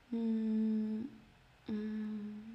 Hmm, hmm.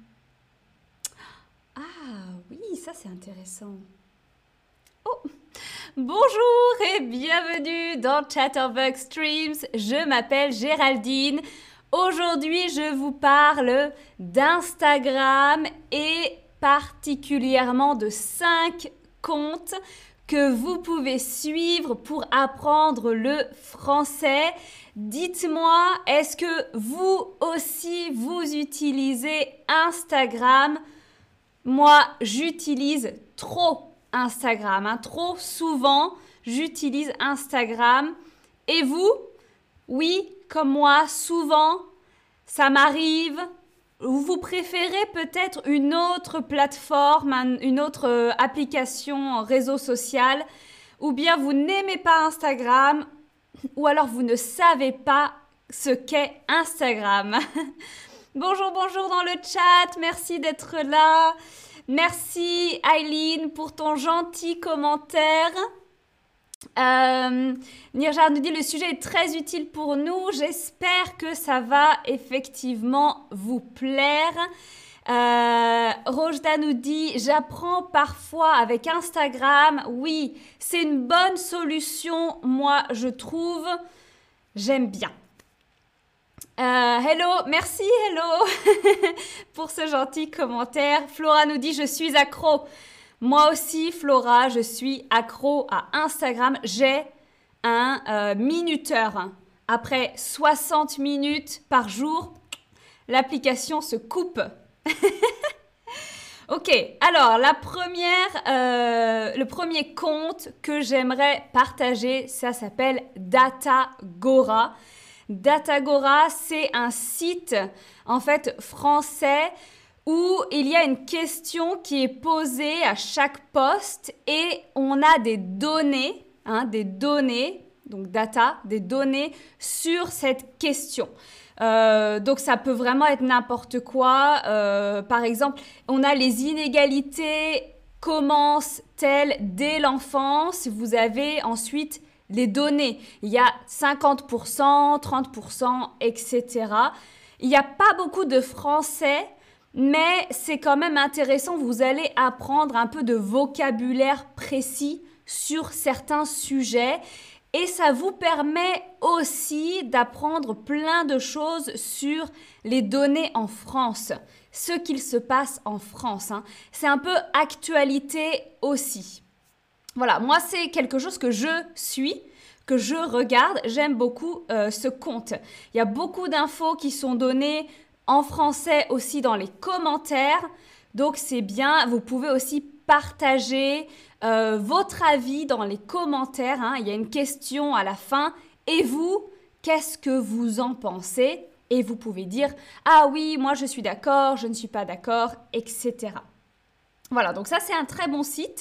Ah oui, ça c'est intéressant. Oh, bonjour et bienvenue dans Chatterbug Streams. Je m'appelle Géraldine. Aujourd'hui, je vous parle d'Instagram et particulièrement de 5 comptes que vous pouvez suivre pour apprendre le français. Dites-moi, est-ce que vous aussi vous utilisez Instagram? Moi, j'utilise trop Instagram, hein, trop souvent, j'utilise Instagram. Et vous? Oui, comme moi, souvent, ça m'arrive. Vous préférez peut-être une autre plateforme, une autre application, réseau social, ou bien vous n'aimez pas Instagram, ou alors vous ne savez pas ce qu'est Instagram. Bonjour, bonjour dans le chat, merci d'être là. Merci Eileen pour ton gentil commentaire. Nirjar nous dit le sujet est très utile pour nous. J'espère que ça va effectivement vous plaire. Rojda nous dit j'apprends parfois avec Instagram. Oui, c'est une bonne solution, moi je trouve. J'aime bien. Hello, merci, hello pour ce gentil commentaire. Flora nous dit je suis accro. Moi aussi, Flora, je suis accro à Instagram. J'ai un minuteur. Après 60 minutes par jour, l'application se coupe. Ok, alors le premier compte que j'aimerais partager, ça s'appelle Datagora. Datagora, c'est un site en fait français où il y a une question qui est posée à chaque poste et on a des données, donc data, des données sur cette question. Donc ça peut vraiment être n'importe quoi. Par exemple, on a les inégalités commencent-elles dès l'enfance? Vous avez ensuite les données. Il y a 50%, 30%, etc. Il n'y a pas beaucoup de français, mais c'est quand même intéressant. Vous allez apprendre un peu de vocabulaire précis sur certains sujets. Et ça vous permet aussi d'apprendre plein de choses sur les données en France, ce qu'il se passe en France, hein. C'est un peu actualité aussi. Voilà, moi c'est quelque chose que je suis, que je regarde. J'aime beaucoup ce compte. Il y a beaucoup d'infos qui sont données en français aussi dans les commentaires. Donc c'est bien, vous pouvez aussi partager votre avis dans les commentaires, hein. Il y a une question à la fin. Et vous, qu'est-ce que vous en pensez? Et vous pouvez dire, ah oui, moi je suis d'accord, je ne suis pas d'accord, etc. Voilà, donc ça c'est un très bon site.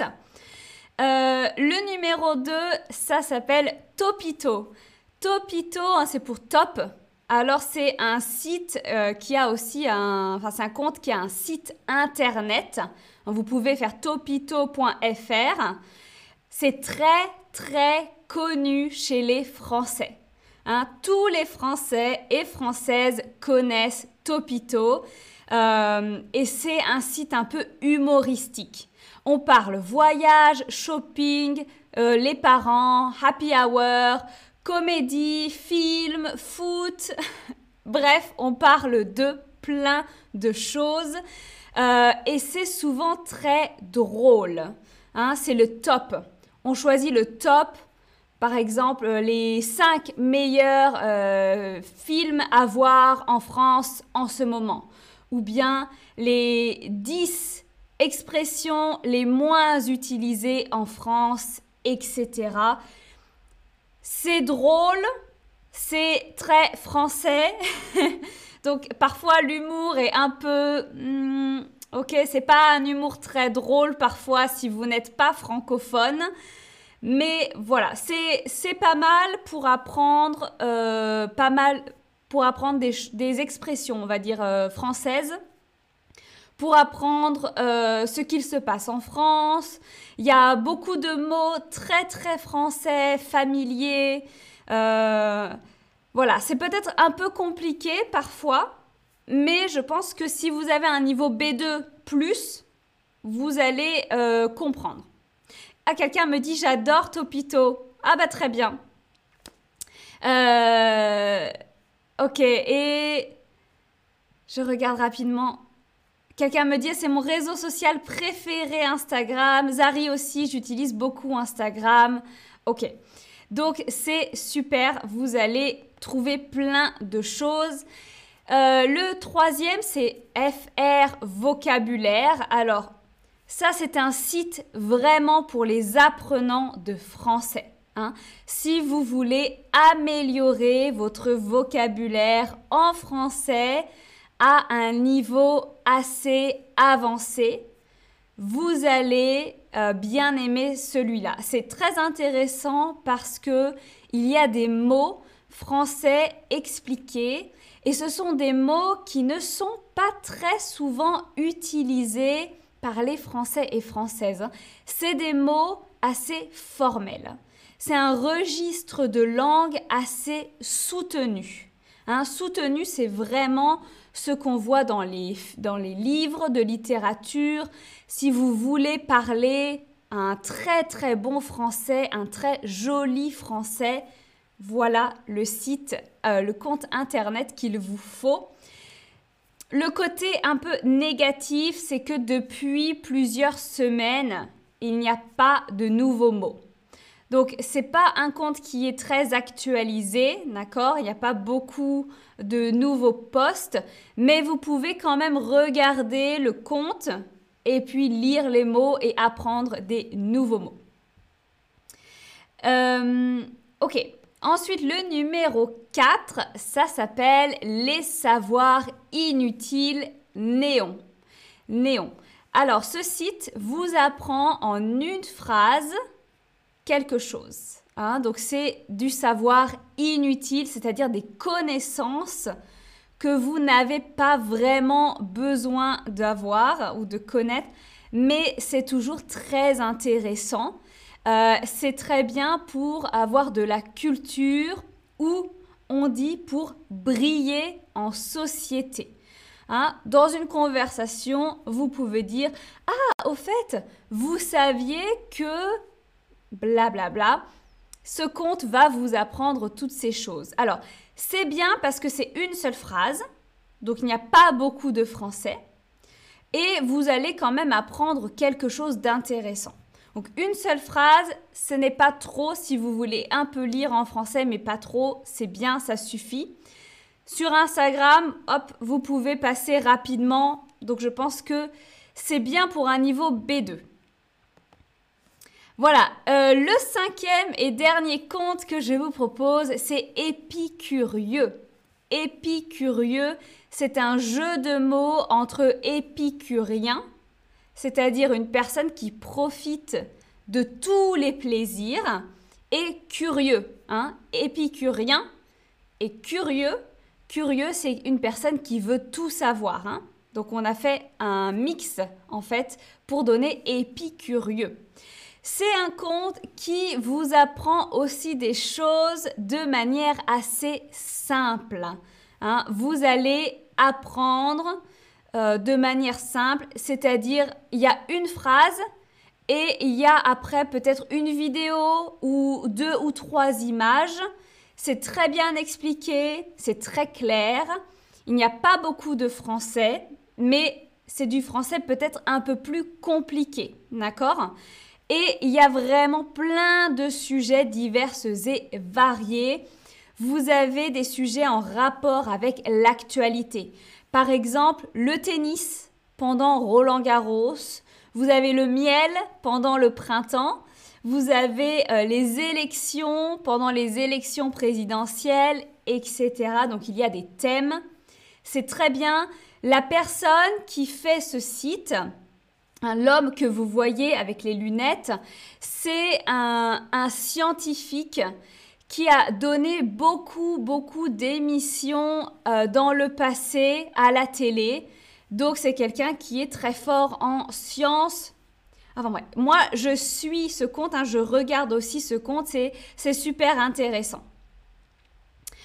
Le numéro 2, ça s'appelle Topito. Topito, hein, c'est pour top. Alors c'est un site qui a aussi c'est un compte qui a un site internet. Vous pouvez faire topito.fr. C'est très très connu chez les Français. Hein, tous les Français et Françaises connaissent Topito et c'est un site un peu humoristique. On parle voyage, shopping, les parents, happy hour, comédie, film, foot. Bref, on parle de plein de choses et c'est souvent très drôle. Hein, c'est le top. On choisit le top. Par exemple, les 5 meilleurs films à voir en France en ce moment. Ou bien les 10 expressions les moins utilisées en France, etc. C'est drôle, c'est très français. Donc parfois l'humour est un peu... ok, c'est pas un humour très drôle parfois si vous n'êtes pas francophone. Mais voilà, c'est pas mal pour apprendre, des expressions, on va dire, françaises, pour apprendre ce qu'il se passe en France. Il y a beaucoup de mots très très français, familiers. Voilà, c'est peut-être un peu compliqué parfois, mais je pense que si vous avez un niveau B2+, vous allez comprendre. Ah, quelqu'un me dit « J'adore Topito ». Ah bah très bien. Ok, et je regarde rapidement. Quelqu'un me dit « C'est mon réseau social préféré, Instagram ». Zari aussi, j'utilise beaucoup Instagram. Ok, donc c'est super, vous allez trouver plein de choses. Le troisième, c'est FR Vocabulaire. Alors, ça, c'est un site vraiment pour les apprenants de français. Hein. Si vous voulez améliorer votre vocabulaire en français à un niveau assez avancé, vous allez bien aimer celui-là. C'est très intéressant parce que il y a des mots français expliqués et ce sont des mots qui ne sont pas très souvent utilisés par les Français et Françaises. C'est des mots assez formels. C'est un registre de langue assez soutenu. Hein, soutenu, c'est vraiment ce qu'on voit dans les livres de littérature. Si vous voulez parler un très très bon français, un très joli français, voilà le site, le compte internet qu'il vous faut. Le côté un peu négatif, c'est que depuis plusieurs semaines, il n'y a pas de nouveaux mots. Donc, ce n'est pas un compte qui est très actualisé, d'accord? Il n'y a pas beaucoup de nouveaux posts, mais vous pouvez quand même regarder le compte et puis lire les mots et apprendre des nouveaux mots. Ok. Ensuite, le numéro 4, ça s'appelle les savoirs inutiles néon. Néon. Alors, ce site vous apprend en une phrase quelque chose. Hein? Donc, c'est du savoir inutile, c'est-à-dire des connaissances que vous n'avez pas vraiment besoin d'avoir ou de connaître, mais c'est toujours très intéressant. C'est très bien pour avoir de la culture ou on dit pour briller en société. Hein? Dans une conversation, vous pouvez dire « Ah, au fait, vous saviez que blablabla bla, bla, ce conte va vous apprendre toutes ces choses. » Alors, c'est bien parce que c'est une seule phrase, donc il n'y a pas beaucoup de français et vous allez quand même apprendre quelque chose d'intéressant. Donc, une seule phrase, ce n'est pas trop si vous voulez un peu lire en français, mais pas trop, c'est bien, ça suffit. Sur Instagram, hop, vous pouvez passer rapidement. Donc, je pense que c'est bien pour un niveau B2. Voilà, le cinquième et dernier compte que je vous propose, c'est Épicurieux. Épicurieux, c'est un jeu de mots entre épicurien, c'est-à-dire une personne qui profite de tous les plaisirs, et curieux. Hein? Épicurien et curieux. Curieux, c'est une personne qui veut tout savoir. Hein? Donc, on a fait un mix, en fait, pour donner épicurieux. C'est un conte qui vous apprend aussi des choses de manière assez simple. Hein? Vous allez apprendre de manière simple, c'est-à-dire il y a une phrase et il y a après peut-être une vidéo ou 2 ou 3 images. C'est très bien expliqué, c'est très clair. Il n'y a pas beaucoup de français, mais c'est du français peut-être un peu plus compliqué, d'accord ? Et il y a vraiment plein de sujets divers et variés. Vous avez des sujets en rapport avec l'actualité. Par exemple, le tennis pendant Roland-Garros. Vous avez le miel pendant le printemps. Vous avez les élections pendant les élections présidentielles, etc. Donc, il y a des thèmes. C'est très bien. La personne qui fait ce site, l'homme que vous voyez avec les lunettes, c'est un scientifique qui a donné beaucoup d'émissions dans le passé à la télé. Donc, c'est quelqu'un qui est très fort en sciences. Enfin, ouais. Moi, je suis ce compte, hein, je regarde aussi ce compte, c'est super intéressant.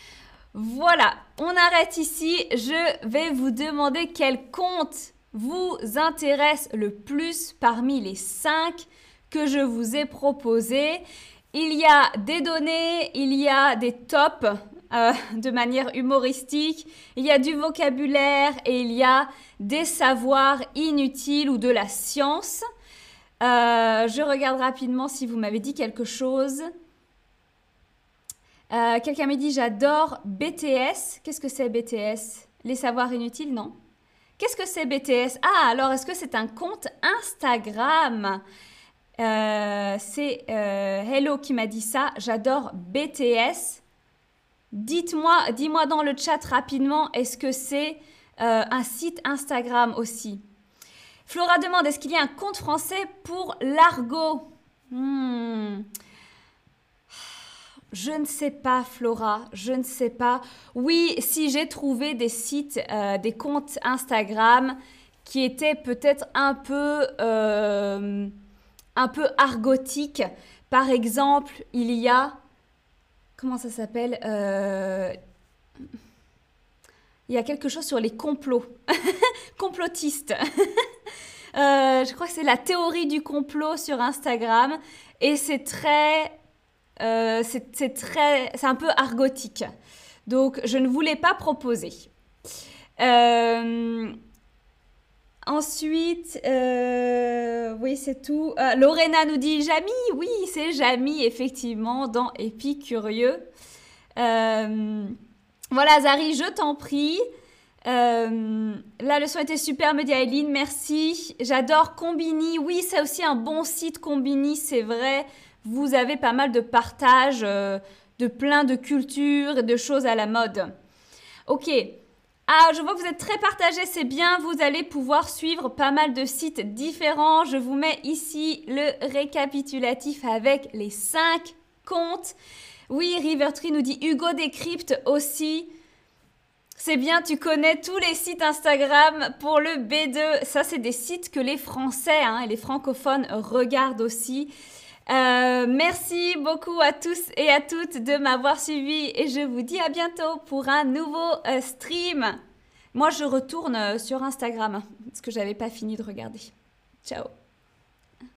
Voilà, on arrête ici. Je vais vous demander quel compte vous intéresse le plus parmi les 5 que je vous ai proposés. Il y a des données, il y a des tops de manière humoristique, il y a du vocabulaire et il y a des savoirs inutiles ou de la science. Je regarde rapidement si vous m'avez dit quelque chose. Quelqu'un m'a dit j'adore BTS. Qu'est-ce que c'est BTS? Les savoirs inutiles, non? Qu'est-ce que c'est BTS? Ah, alors est-ce que c'est un compte Instagram? C'est Hello qui m'a dit ça. J'adore BTS. Dis-moi dans le chat rapidement, est-ce que c'est un site Instagram aussi? Flora demande, est-ce qu'il y a un compte français pour l'argot? Je ne sais pas, Flora, je ne sais pas. Oui, si j'ai trouvé des sites, des comptes Instagram qui étaient peut-être un peu argotiques. Par exemple, il y a... Comment ça s'appelle il y a quelque chose sur les complots. Complotistes. Je crois que c'est la théorie du complot sur Instagram. Et c'est très... c'est un peu argotique. Donc, je ne voulais pas proposer. Ensuite, oui, c'est tout. Lorena nous dit Jamy. Oui, c'est Jamy, effectivement, dans Épicurieux. Voilà, Zari, je t'en prie. La leçon était super, me dit Aileen. Merci. J'adore Combini. Oui, c'est aussi un bon site, Combini, c'est vrai. Vous avez pas mal de partages de plein de cultures et de choses à la mode. Ok. Ah, je vois que vous êtes très partagés, c'est bien. Vous allez pouvoir suivre pas mal de sites différents. Je vous mets ici le récapitulatif avec les 5 comptes. Oui, Rivertree nous dit Hugo Décrypte aussi. C'est bien, tu connais tous les sites Instagram pour le B2. Ça, c'est des sites que les Français et les francophones regardent aussi. Merci beaucoup à tous et à toutes de m'avoir suivi et je vous dis à bientôt pour un nouveau stream. Moi, je retourne sur Instagram parce que j'avais pas fini de regarder. Ciao.